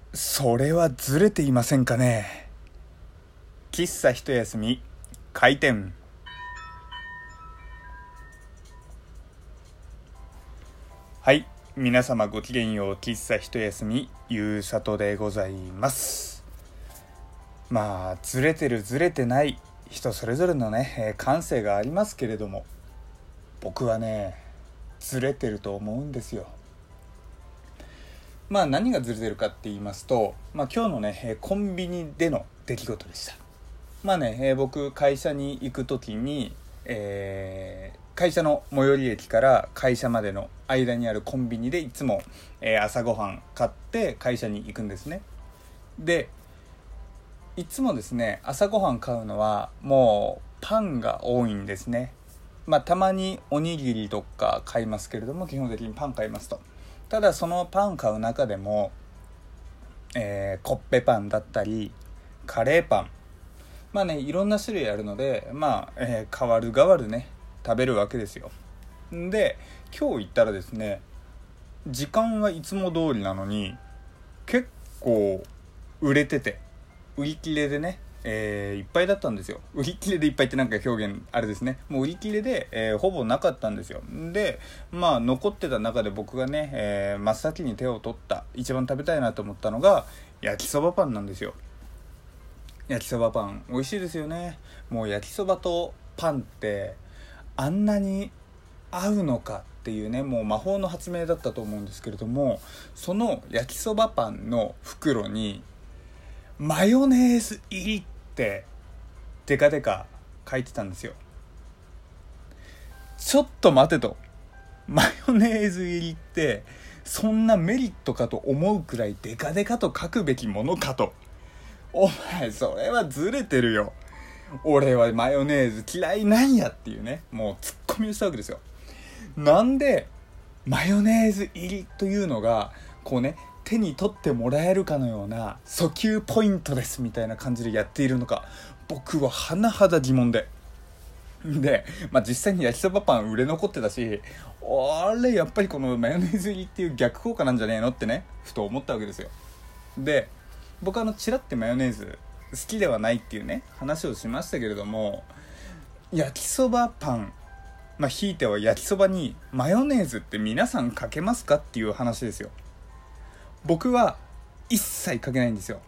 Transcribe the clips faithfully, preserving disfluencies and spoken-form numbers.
それはずれていませんかね。喫茶一休み開店。はい、皆様ごきげんよう。喫茶一休みゆうさとでございます。まあずれてるずれてない人それぞれのね、えー感性がありますけれども、僕はねずれてると思うんですよ。まあ何がずれてるかって言いますと、まあ今日のね、えーコンビニでの出来事でした。まあね、えー僕会社に行く時に、えー会社の最寄り駅から会社までの間にあるコンビニでいつも、えー朝ごはん買って会社に行くんですね。でいつもですね、朝ごはん買うのはもうパンが多いんですね。まあたまにおにぎりとか買いますけれども、基本的にパン買いますと。ただそのパン買う中でも、えーコッペパンだったりカレーパン、まあね、いろんな種類あるので、まあ、えー、変わる変わるね食べるわけですよ。で今日行ったらですね、時間はいつも通りなのに結構売れてて、売り切れでね、えーいっぱいだったんですよ。売り切れでいっぱいってなんか表現あれですね。もう売り切れで、えーほぼなかったんですよ。でまあ残ってた中で僕がね、えー真っ先に手を取った一番食べたいなと思ったのが焼きそばパンなんですよ。焼きそばパン美味しいですよね。もう焼きそばとパンってあんなに合うのかっていうね、もう魔法の発明だったと思うんですけれども、その焼きそばパンの袋にマヨネーズ入りってデカデカ書いてたんですよ。ちょっと待てと、マヨネーズ入りってそんなメリットかと思うくらいデカデカと書くべきものかと。お前それはずれてるよ。俺はマヨネーズ嫌いなんやっていうね、もうツッコミをしたわけですよ。なんでマヨネーズ入りというのがこうね、手に取ってもらえるかのような訴求ポイントですみたいな感じでやっているのか、僕は甚だ疑問でで、まあ、実際に焼きそばパン売れ残ってたし、あれやっぱりこのマヨネーズ入りっていう逆効果なんじゃねえのってね、ふと思ったわけですよ。で僕はあのチラってマヨネーズ好きではないっていうね話をしましたけれども、焼きそばパン、まあひいては焼きそばにマヨネーズって皆さんかけますかっていう話ですよ。僕は一切かけないんですよ。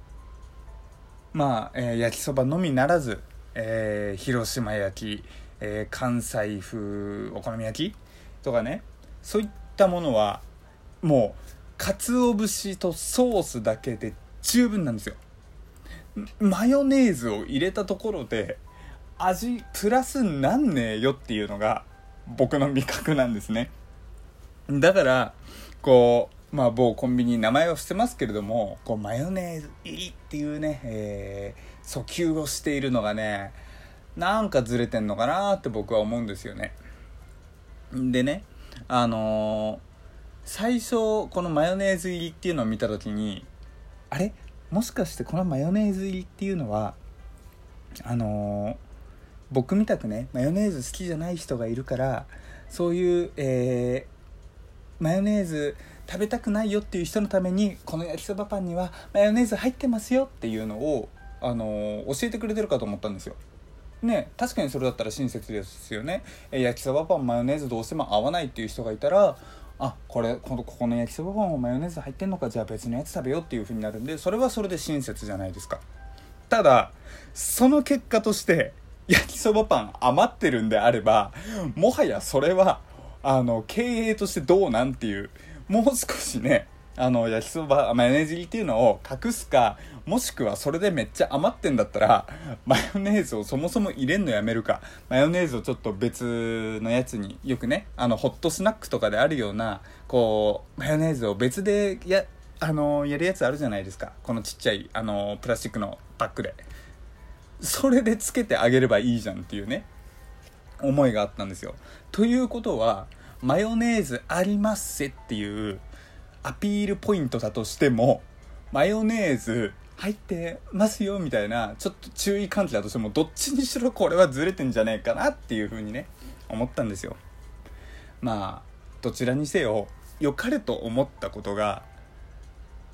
まあ、えー焼きそばのみならず、えー広島焼き、えー関西風お好み焼きとかね、そういったものはもう鰹節とソースだけで十分なんですよ。マヨネーズを入れたところで味プラスなんねえよっていうのが僕の味覚なんですね。だからこう、まあ某コンビニ名前は伏せますけれども、こうマヨネーズ入りっていうね、えー訴求をしているのがね、なんかずれてんのかなって僕は思うんですよね。でね、あのー最初このマヨネーズ入りっていうのを見た時に、あれもしかしてこのマヨネーズ入りっていうのはあのー僕みたくねマヨネーズ好きじゃない人がいるから、そういう、えーマヨネーズ食べたくないよっていう人のためにこの焼きそばパンにはマヨネーズ入ってますよっていうのを、あのー教えてくれてるかと思ったんですよ。ね、確かにそれだったら親切ですよね。え焼きそばパンマヨネーズどうしても合わないっていう人がいたら、あ、これこのここの焼きそばパンはマヨネーズ入ってんのか、じゃあ別のやつ食べようっていう風になるんで、それはそれで親切じゃないですか。ただその結果として焼きそばパン余ってるんであれば、もはやそれはあの経営としてどうなんっていう、もう少しね、あの焼きそばマヨネーズ入りっていうのを隠すか、もしくはそれでめっちゃ余ってんだったらマヨネーズをそもそも入れんのやめるか、マヨネーズをちょっと別のやつに、よくねあのホットスナックとかであるようなこうマヨネーズを別でやあのやるやつあるじゃないですか、このちっちゃいあのプラスチックのパックで、それでつけてあげればいいじゃんっていうね思いがあったんですよ。ということはマヨネーズありますせっていうアピールポイントだとしても、マヨネーズ入ってますよみたいなちょっと注意喚起だとしても、どっちにしろこれはずれてんじゃねえかなっていう風にね思ったんですよ。まあどちらにせよ良かれと思ったことが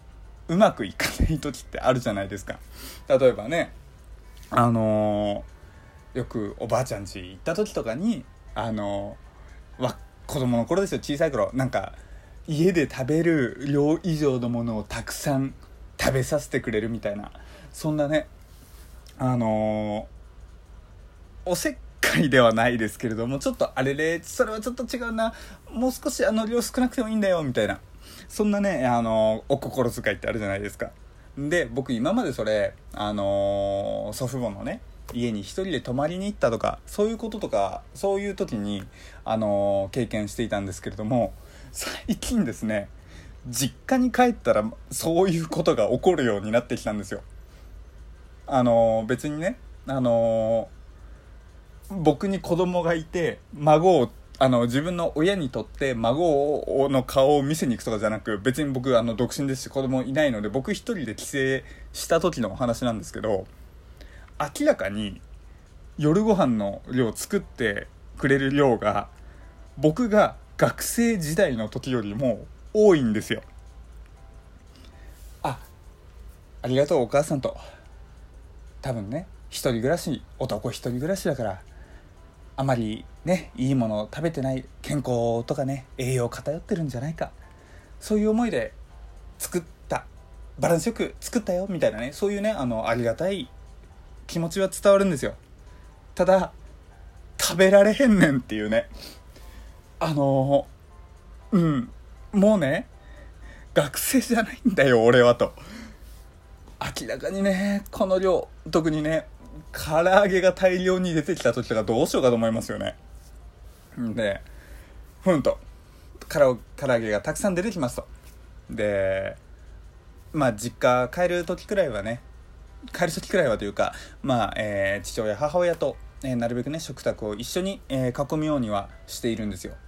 うまくいかない時ってあるじゃないですか。例えばね、あのー、よくおばあちゃん家行った時とかに、あのー、わ子供の頃ですよ、小さい頃、なんか家で食べる量以上のものをたくさん食べさせてくれるみたいな、そんなね、あのー、おせっかいではないですけれども、ちょっとあれれそれはちょっと違うな、もう少しあの量少なくてもいいんだよみたいな、そんなね、あのー、お心遣いってあるじゃないですか。で、僕今までそれ、あのー、祖父母のね家に一人で泊まりに行ったとか、そういうこととか、そういう時に、あのー、経験していたんですけれども、最近ですね、実家に帰ったらそういうことが起こるようになってきたんですよ。あのー、別にね、あのー、僕に子供がいて、孫をあの自分の親にとって孫の顔を見せに行くとかじゃなく、別に僕あの独身ですし子供いないので、僕一人で帰省した時のお話なんですけど、明らかに夜ご飯の量作ってくれる量が僕が学生時代の時よりも多いんですよ。あ、ありがとうお母さんと。多分ね、一人暮らし、男一人暮らしだからあまりね、いいものを食べてない、健康とかね、栄養偏ってるんじゃないか、そういう思いで作った、バランスよく作ったよみたいなね、そういうね、あのありがたい気持ちは伝わるんですよ。ただ食べられへんねんっていうね、あのうんもうね、学生じゃないんだよ俺はと。明らかにね、この量、特にね唐揚げが大量に出てきた時とかどうしようかと思いますよね。で、ふんと唐揚げがたくさん出てきますと。で、まあ実家帰る時くらいはね、帰る時くらいはというか、まあ、えー、父親母親と、えー、なるべくね食卓を一緒に、えー、囲むようにはしているんですよ。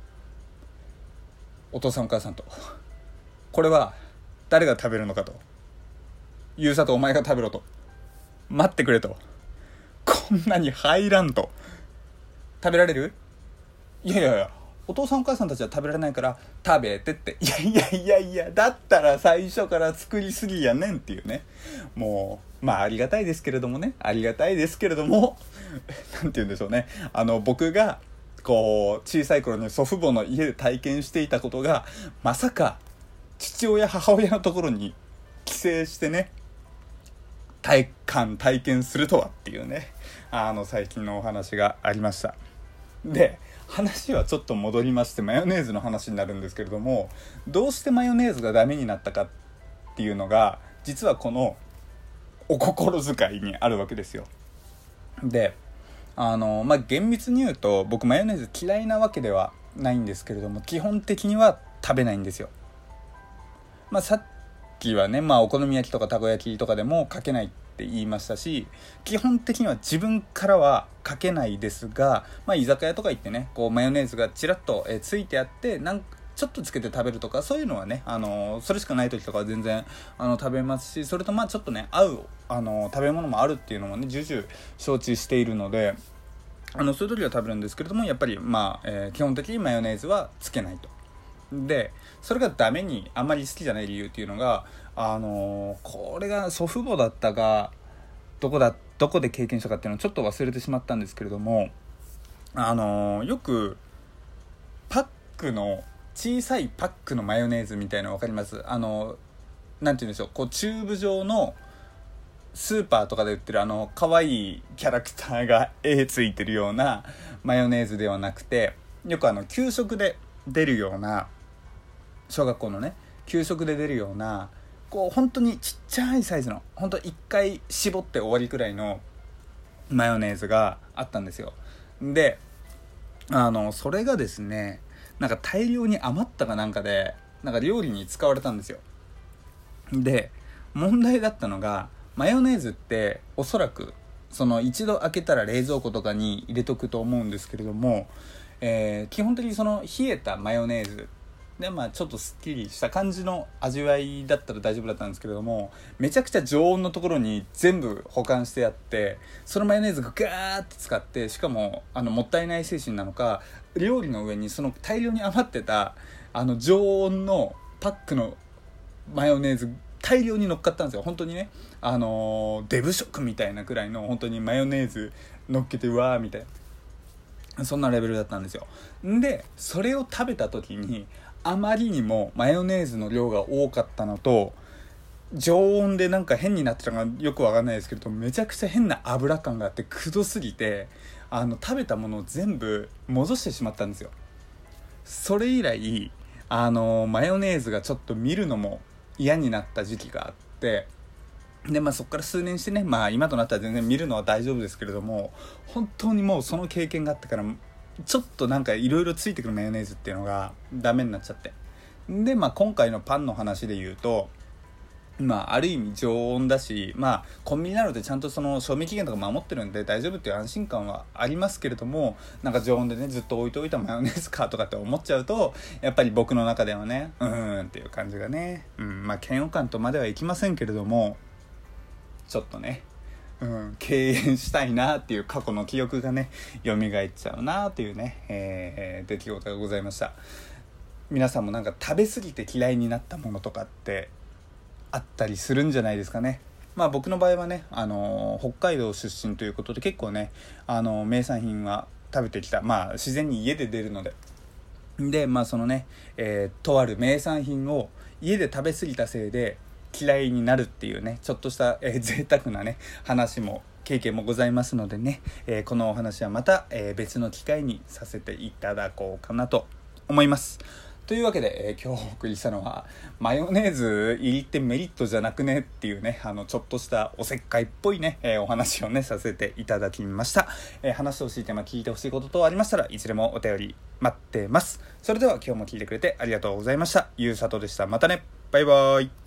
お父さんお母さんと、これは誰が食べるのかと。ゆうさとお前が食べろと。待ってくれと。こんなに入らんと。食べられる？いやいやいや、お父さんお母さんたちは食べられないから食べてって。いやいやいやいや、だったら最初から作りすぎやねんっていうね。もうまあありがたいですけれどもね、ありがたいですけれどもなんて言うんでしょうね、あの僕がこう小さい頃に祖父母の家で体験していたことが、まさか父親母親のところに帰省してね体感体験するとはっていうね、あの最近のお話がありました。で、話はちょっと戻りまして、マヨネーズの話になるんですけれども、どうしてマヨネーズがダメになったかっていうのが、実はこのお心遣いにあるわけですよ。で、あのまあ厳密に言うと僕マヨネーズ嫌いなわけではないんですけれども、基本的には食べないんですよ。まあさっきはね、まあお好み焼きとかたこ焼きとかでもかけないって言いましたし、基本的には自分からはかけないですが、まあ居酒屋とか行ってね、こうマヨネーズがちらっとえついてあって、なんちょっとつけて食べるとか、そういうのはね、あのそれしかない時とかは全然あの食べますし、それとまあちょっとね合うあの食べ物もあるっていうのもね重々承知しているので、あのそういう時は食べるんですけれども、やっぱりまあ、えー、基本的にマヨネーズはつけないと。で、それがダメにあんまり好きじゃない理由っていうのが、あのー、これが祖父母だったかどこだどこで経験したかっていうのをちょっと忘れてしまったんですけれども、あのー、よくパックの小さいパックのマヨネーズみたいなの分かります？あのなんて言うんでしょう、こうチューブ状のスーパーとかで売ってるあの可愛いキャラクターが絵ついてるようなマヨネーズではなくて、よくあの給食で出るような、小学校のね給食で出るような、こう本当にちっちゃいサイズの、本当一回絞って終わりくらいのマヨネーズがあったんですよ。で、あのそれがですね、なんか大量に余ったかなんかで、なんか料理に使われたんですよ。で、問題だったのが、マヨネーズっておそらくその一度開けたら冷蔵庫とかに入れとくと思うんですけれども、えー、基本的にその冷えたマヨネーズで、まあちょっとすっきりした感じの味わいだったら大丈夫だったんですけれども、めちゃくちゃ常温のところに全部保管してあって、そのマヨネーズがガーって使って、しかもあのもったいない精神なのか、料理の上にその大量に余ってたあの常温のパックのマヨネーズ大量に乗っかったんですよ。本当にね、あのー、デブ食みたいなくらいの本当にマヨネーズ乗っけてうわーみたいな、そんなレベルだったんですよ。でそれを食べた時にあまりにもマヨネーズの量が多かったのと、常温でなんか変になってたのがよくわかんないですけど、めちゃくちゃ変な油感があってくどすぎて、あの食べたものを全部戻してしまったんですよ。それ以来あのマヨネーズがちょっと見るのも嫌になった時期があって、でまあそこから数年してね、まあ今となったら全然見るのは大丈夫ですけれども、本当にもうその経験があってからちょっとなんかいろいろついてくるマヨネーズっていうのがダメになっちゃって、でまあ今回のパンの話で言うと、まあある意味常温だし、まあコンビニなのでちゃんとその賞味期限とか守ってるんで大丈夫っていう安心感はありますけれども、なんか常温でねずっと置いておいたマヨネーズかとかって思っちゃうと、やっぱり僕の中ではねうーんっていう感じがね、うん、まあ嫌悪感とまではいきませんけれども、ちょっとねうん、敬遠したいなっていう過去の記憶がね蘇っちゃうなっていうね、えー、出来事がございました。皆さんもなんか食べ過ぎて嫌いになったものとかってあったりするんじゃないですかね。まあ僕の場合はね、あのー、北海道出身ということで結構ね、あのー、名産品は食べてきた、まあ自然に家で出るので、でまあそのね、えー、とある名産品を家で食べ過ぎたせいで嫌いになるっていうね、ちょっとした、えー、贅沢なね話も経験もございますのでね、えー、このお話はまた、えー、別の機会にさせていただこうかなと思います。というわけで、えー、今日お送りしたのはマヨネーズ入りってメリットじゃなくねっていうね、あのちょっとしたおせっかいっぽいね、えー、お話をねさせていただきました。えー、話してほしいテーマ、聞いてほしいこと等ありましたらいつでもお便り待ってます。それでは今日も聞いてくれてありがとうございました。ゆうさとでした。またね、バイバイ。